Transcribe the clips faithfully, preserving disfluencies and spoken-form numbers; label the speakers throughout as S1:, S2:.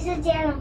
S1: 是接龙。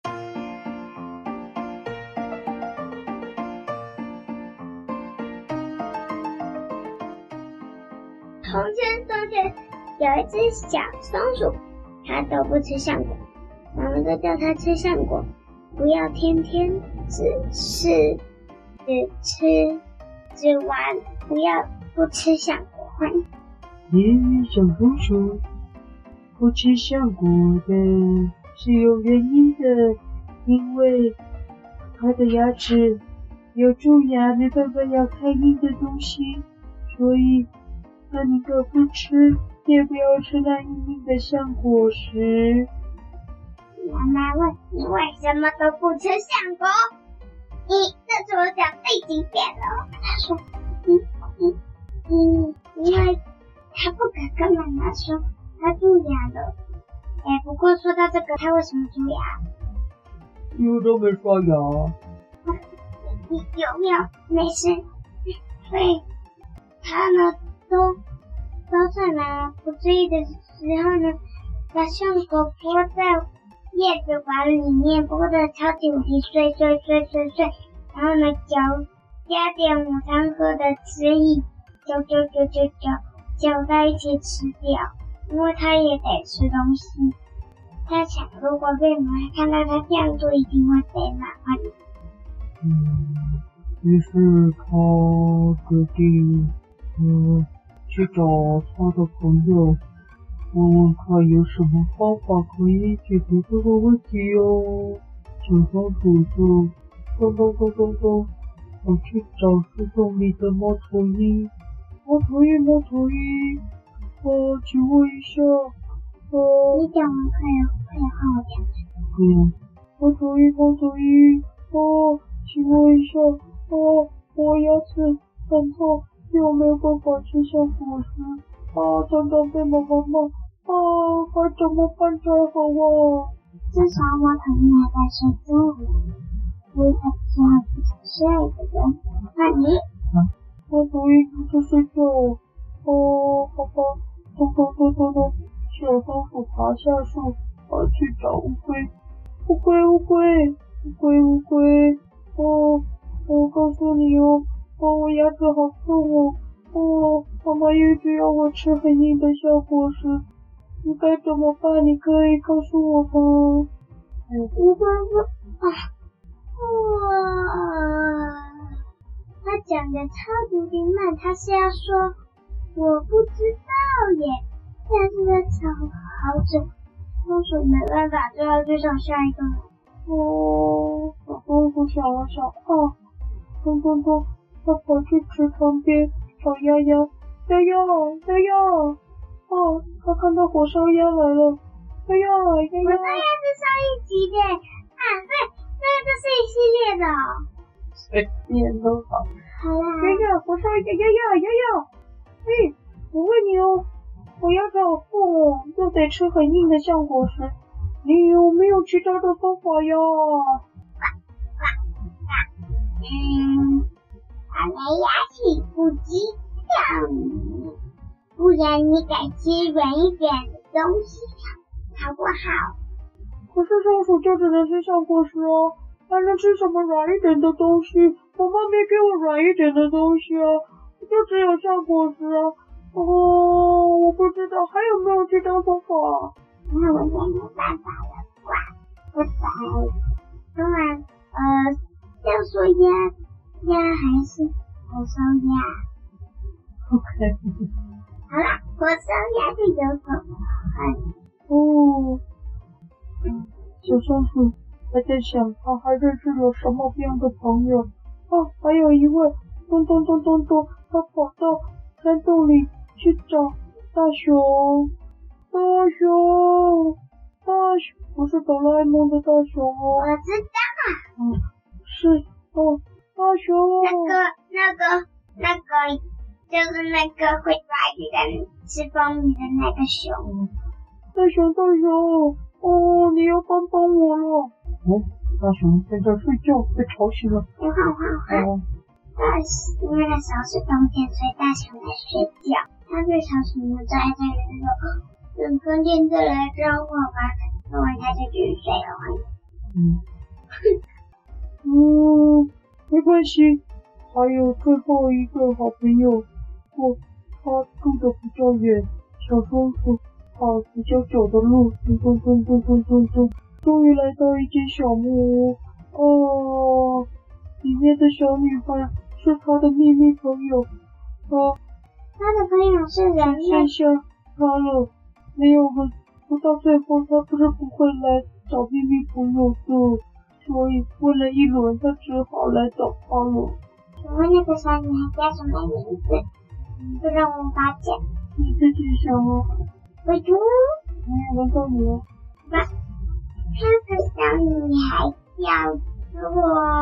S1: 从前从前有一只小松鼠，它都不吃橡果，妈妈就叫它吃橡果，不要天天只吃只吃只玩，不要不吃橡果。
S2: 咦，小松鼠不吃橡果的是有原因的，因为它的牙齿有蛀牙，没办法咬开硬的东西，所以那你可不吃，也不要吃那硬硬的橡果实。
S1: 妈妈问你为什么都不吃橡果？你这次我讲第几遍了？他说，嗯嗯嗯，因为他不敢跟妈妈说他蛀牙了。哎，不过说到这个，他为什么蛀牙？
S2: 因为都没刷牙。
S1: 你有没有没事？所以他呢，都都在妈妈不注意的时候呢，把橡果剥在叶子碗里面，剥的超级无敌碎碎碎碎碎，然后呢搅加点午餐喝的汁液，搅搅搅搅搅搅在一起吃掉，因为他也得吃东西。他想，如果被妈妈看到他这样做，一定会被骂。
S2: 嗯，于是他决定，嗯，去找他的朋友，问问看有什么方法可以解决这个问题哟。小松鼠就咚咚咚咚咚，跑去找树洞里的猫头鹰。猫头鹰，猫头鹰，呃，请问一下，呃，
S1: 你讲完可以可以换我讲。
S2: 嗯，猫头鹰，猫头鹰，哦，请问一下，哦，我牙齿很痛，又没有办法吃橡果实，啊，常常被妈妈骂，啊，该怎么办才好啊？
S1: 至少猫头鹰还在睡觉呢，所以它只好去找下一个人。那你？
S2: 猫头鹰在睡觉，哦，好吧，咚咚咚咚咚，小松鼠爬下树，跑去找乌龟。乌龟，乌龟，乌龟，乌龟，哦，我告诉你哦，哦，我牙齿好痛哦，哦，妈妈一直要我吃很硬的橡果实，你该怎么办？你可以告诉我吗？
S1: 乌龟说啊，哇，他讲的超级无敌慢，他是要说我不知道耶，但是他吵好久，松鼠没办法，最后去找下一个人。
S2: 哦，小松鼠想了想，啊，咚咚咚，他跑去池塘边找丫丫，丫丫，丫丫，哦，他看到火烧鸭来了，丫丫，丫丫。
S1: 火烧鸭是上一集的啊，对，对，这是一系列的哦。
S2: 随便都好。
S1: 好啦，
S2: 丫丫，火烧鸭，丫丫，丫丫，嘿，我问你哦，我牙齿好痛哦，又得吃很硬的橡果实，你有没有其他的方法呀？
S1: 嗯，把你牙齿不击掉你，不然你改吃软一点的东西，好不好？
S2: 可是松鼠就只能吃橡果实哦，还能吃什么软一点的东西？我妈没给我软一点的东西啊，就只有橡果实啊。哦，我不知道还有没有其他方法。
S1: 那我也没办法了，哇，拜拜。当然，呃，要说鸭，鸭还是火烧鸭。
S2: OK。
S1: 好啦，火烧鸭就有什么很
S2: 哦，嗯，小松鼠还在想他还认识了什么样的朋友啊？还有一位，咚咚咚咚咚，他跑到山洞里去找大熊。大熊，大熊，不是哆啦 A 梦的大熊哦。
S1: 我知道。
S2: 嗯，是哦，大熊。
S1: 那个、那个、那个，就是那个会抓鱼的、吃蜂蜜的那个熊。
S2: 大熊，大熊，哦，你要帮帮我了。哦，大熊正在睡觉，被吵醒了。
S1: 你换换换。
S2: 哦。
S1: 大因为那时候是冬天，所以大熊在睡觉。他被吵醒了，就还在那个等春天再来找我吧。 说完他就继续睡了。
S2: 嗯，嗯，没关系，还有最后一个好朋友，不过他住的比较远，小松鼠跑比较久的路，咚咚咚咚咚咚咚，终于来到一间小木屋。哦，里面的小女孩是他的秘密朋友。哦，
S1: 他的朋友是人类。
S2: 剩下他了，没有了。不到最后，他不是不会来找秘密朋友的，所以问了一轮，他只好来找他了。
S1: 请问那个小女孩叫什么名字？不让我发现。
S2: 你自己想啊。
S1: 喂猪。
S2: 嗯，轮到你了。
S1: 那个小女孩叫做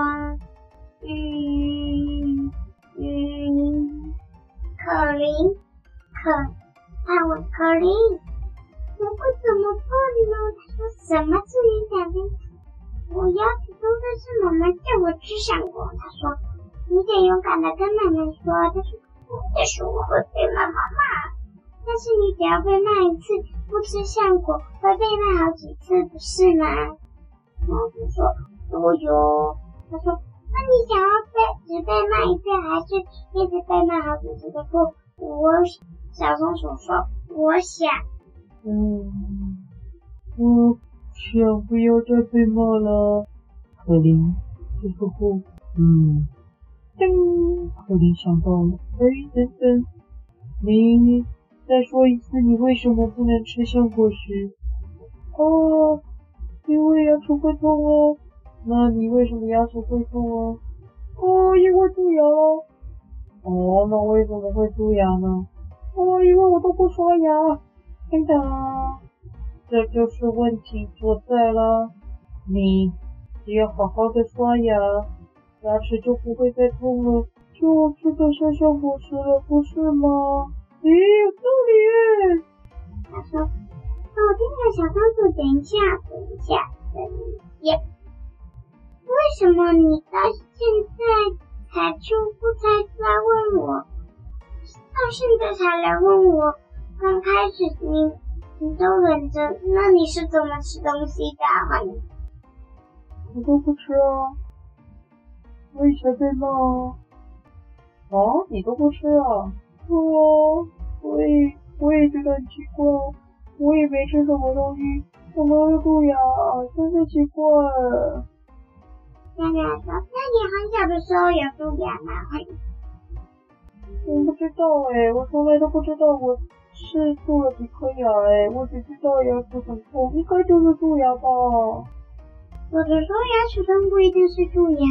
S1: 嗯嗯可琳，可啊我可琳。我会怎么办呢？他说什么是你想听？我要的东西是妈妈叫我吃香果。他说你得勇敢的跟妈妈说。他说但是我会被妈妈骂。但是你只要被骂一次，不吃香果会被骂好几次，不是吗？然后就说对哟。他说那你想要被只被骂一次，还是一直被骂好几次？他说我小松鼠说我想。
S2: 嗯，我想不要再被骂了。可琳这时候，嗯，噔，可琳想到了，哎，等等，你再说一次，你为什么不能吃香果实？哦，因为牙齿会痛哦。那你为什么牙齿会痛哦？哦，因为蛀牙了。哦，那为什么会蛀牙呢？哦，因为我都不刷牙。真的，这就是问题所在了。你只要好好的刷牙，牙齿就不会再痛了，就吃得下香果实了，不是吗？咦，有道理耶。
S1: 他说：“哦，这个小松鼠，等一下，等一下，等一下。为什么你到现在才出不才来问我？到现在才来问我？刚开始你你都忍着，那你是怎么吃东西的啊？
S2: 我都不吃啊，我以前被骂啊。啊，你都不吃啊？是啊，所以我也觉得很奇怪，我也没吃什么东西，怎么会蛀牙？真是奇怪。
S1: 妈妈说：“那你很小的时候有蛀牙吗？”
S2: 我不知道诶，我从来都不知道我是蛀了几颗牙诶，我只知道牙齿很痛，应该就是蛀牙吧。
S1: 我的时候牙齿痛不一定是蛀牙，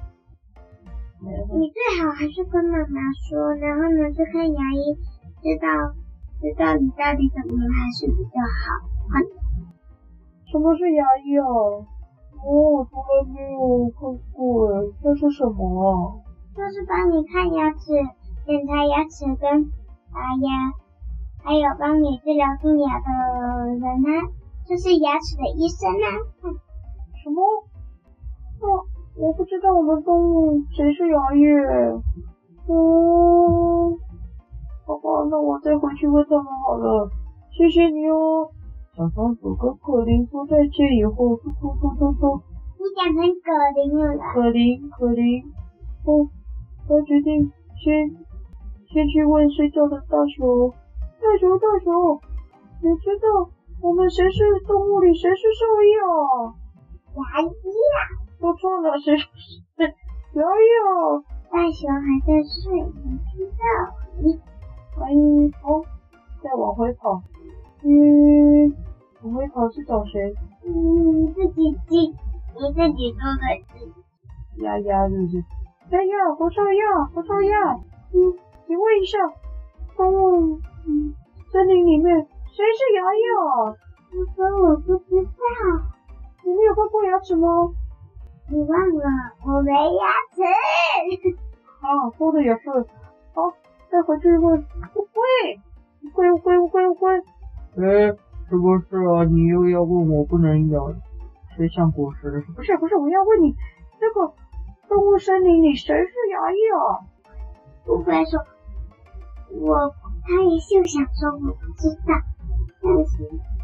S1: 你最好还是跟妈妈说，然后呢去看牙医，知道知道你到底怎么了还是比较好。
S2: 什么是牙医啊？哦，我从来没有看过诶，这是什么啊？
S1: 就是帮你看牙齿、检查牙齿跟拔牙，还有帮你治疗蛀牙的人啊，就是牙齿的医生啊。嗯、
S2: 什么？哦，我不知道我们动物谁是牙医。哦，好吧，那我再回去问他们好了。谢谢你哦。小松鼠跟可琳说再见以后，嘟嘟嘟嘟嘟。
S1: 你讲成可琳了。
S2: 可琳，可琳。哦，他决定先先去问睡觉的大熊。大熊，大熊，你知道我们谁是动物里谁是兽医啊？
S1: 牙医啊！
S2: 说错了，谁是牙医啊？
S1: 大熊还在睡，你知道？你，
S2: 哎，好，再往回跑。嗯，往回跑是找谁？
S1: 嗯，你自己记，你自己做的记。
S2: 丫丫是不是？丫丫，我说丫，我说丫。嗯，请问一下，动物嗯森林里面谁是牙医啊？
S1: 我说我不知道。
S2: 你没有看过牙齿吗？
S1: 你忘了，我没牙齿。
S2: 啊，说的也是。好，再回去问。不会，不会，不会，不会，不会。哎，是不是啊？你又要问我不能咬吃像果实的事？不是，不是，我要问你，这个动物森林里谁是牙医啊？
S1: 不会说，我他也就想说我不知道，但是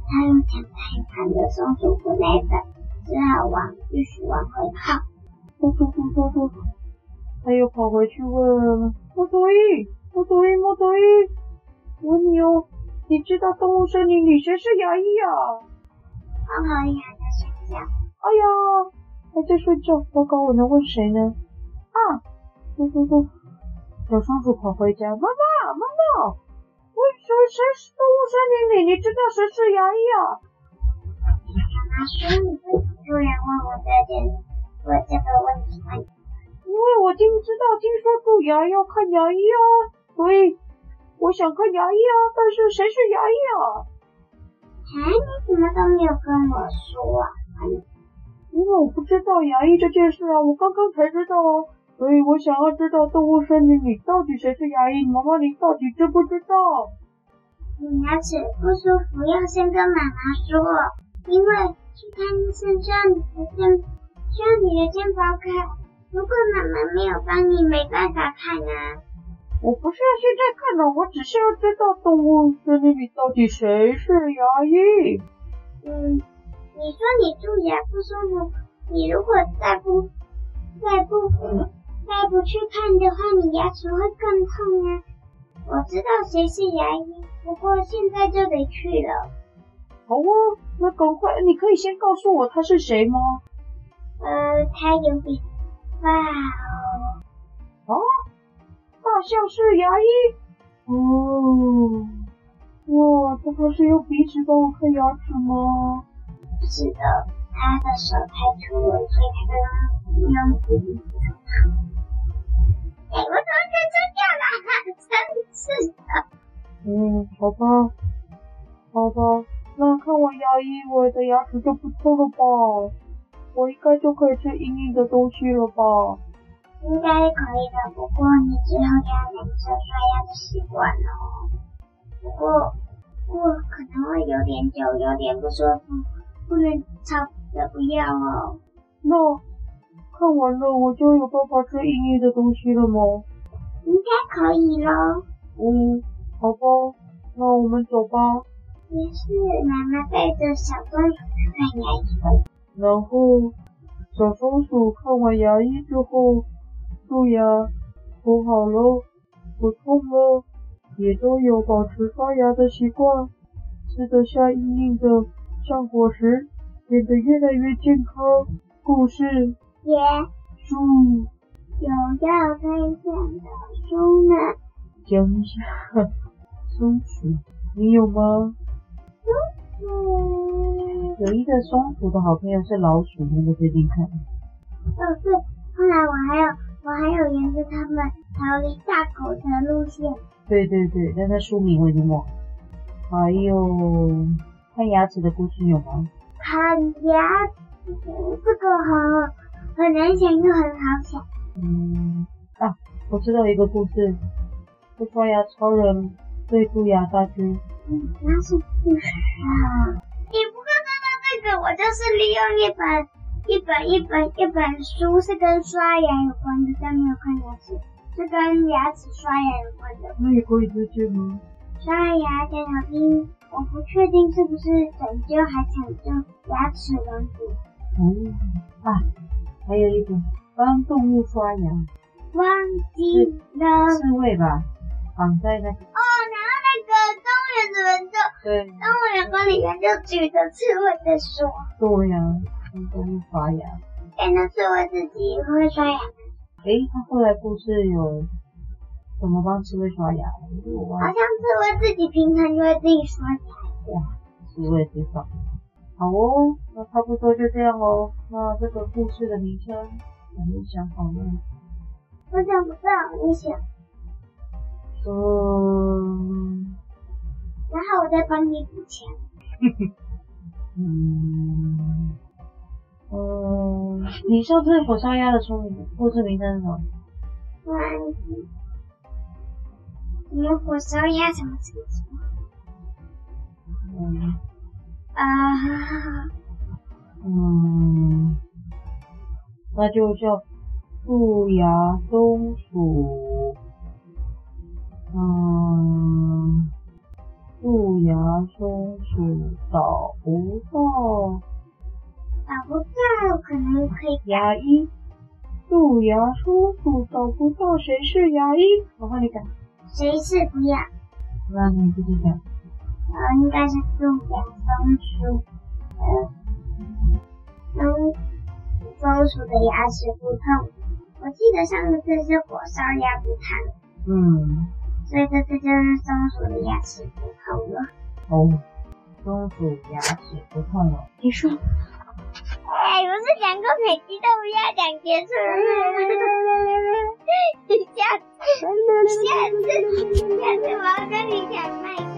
S1: 他又想看看的松鼠不耐烦，只好往继续往回跑。
S2: 嘟嘟嘟嘟嘟，他又跑回去问莫多伊，莫多伊，莫多伊，我问你哦，你知道动物森林里谁是牙医啊？
S1: 猫头鹰还在睡觉。
S2: 哎呀，还在睡觉，糟糕，我能问谁呢？啊，嘟嘟嘟，小松鼠跑回家，妈妈，妈妈，为什么谁是动物森林里？你知道谁是牙医啊？
S1: 妈妈说你自己突然问我这件问这个问题吗？
S2: 因为我听知道听说蛀牙要看牙医啊，所以我想看牙医啊，但是谁是牙医啊？
S1: 啊，你怎么都没有跟我说啊？
S2: 因为我不知道牙医这件事啊，我刚刚才知道啊，所以我想要知道动物森林里到底谁是牙医。妈妈，你到底知不知道？
S1: 你牙齿不舒服要先跟妈妈说，因为去看医生需要你的健需要你的健保卡，如果妈妈没有帮你，没办法看啊。
S2: 我不是要现在看的，我只是要知道动物森林里到底谁是牙医。
S1: 嗯，你说你蛀牙不舒服，你如果再不再不再不去看的话，你牙齿会更痛啊。我知道谁是牙医，不过现在就得去了。
S2: 好啊，那赶快，你可以先告诉我他是谁吗？
S1: 呃，他有点大
S2: 哦。啊？大象是牙医？哦，哇，他是用鼻子帮我看牙齿吗？
S1: 是的，他的手太粗了，所以他刚刚用鼻子。哎，我怎么跟这掉了？真是的。
S2: 嗯，好吧，好吧，那看完牙医，我的牙齿就不痛了吧？我应该就可以吃硬硬的东西了吧？
S1: 应该可以的，不过你之后要忍着刷牙的习惯哦。不过，不过可能会有点久，有点不舒服，不能吵着不要哦。
S2: 那看完了，我就有办法吃硬硬的东西了吗？
S1: 应该可以咯。
S2: 嗯，好吧，那我们走吧。
S1: 于是妈妈带着小松鼠去看牙医。
S2: 然后小松鼠看完牙医之后，蛀牙都好了，不痛了，也都有保持刷牙的习惯，吃得下硬硬的像果实，变得越来越健康。故事
S1: 结
S2: 束。
S1: 有要分享的书呢？
S2: 讲一下松鼠，你有吗？
S1: 松鼠
S2: 有一个松鼠的好朋友是老鼠，那个最近看。
S1: 哦对，后来我还有我还有沿着他们逃离大口的路线。
S2: 对对对，但是书名我已经忘了。还有看牙齿的故事有吗？
S1: 看牙齿，这个很很难想又很好想。
S2: 嗯啊，我知道一个故事，不刷牙超人对蛀牙大军。
S1: 嗯，那是故事啊。你不看到这个，我就是利用一本一本一本一本书是跟刷牙有关的，但没有看牙齿，是跟牙齿刷牙有关的。
S2: 那也可以推荐吗？
S1: 刷牙讲好听，我不确定是不是拯救还抢救牙齿王子。
S2: 哦啊，还有一本帮动物刷牙，
S1: 忘记了
S2: 刺猬吧，绑在那个
S1: 哦，然后那个动物园的人就
S2: 对
S1: 动物园管理员就举着刺猬在说，
S2: 对呀、啊，帮动物刷牙。
S1: 哎，那刺猬自己会刷牙？
S2: 诶，他后来故事有怎么帮刺猬刷牙？
S1: 好像刺猬自己平常就会自己刷牙。
S2: 哇，刺猬最棒。好哦，那差不多就这样哦。那这个故事的名称有没有想好呢？
S1: 我想不到，你想。
S2: 嗯，
S1: 然后我再帮你补强。
S2: 嗯，嗯，你上次火烧鸭的书名故事名称是什么？
S1: 忘记。什么火烧鸭什么什么什么？
S2: 嗯。
S1: 啊、uh,
S2: 嗯，那就叫蛀牙松鼠。嗯，蛀牙松鼠。 找不到。
S1: 找不到，可能可以
S2: 牙医，蛀牙叔叔找不到谁是牙医。我帮你讲，
S1: 谁是不要？
S2: 那你自己讲。
S1: 呃，应该是蛀牙松鼠。呃，松松鼠的牙齿不痛。我记得上次是火烧鸭不烫。
S2: 嗯。
S1: 所以这次就是松鼠的牙齿不痛了。
S2: 哦，松鼠牙齿不痛了。结束。
S1: 哎，不是讲过每集都不要讲结束了？下次，下次，下次我要跟你讲那个。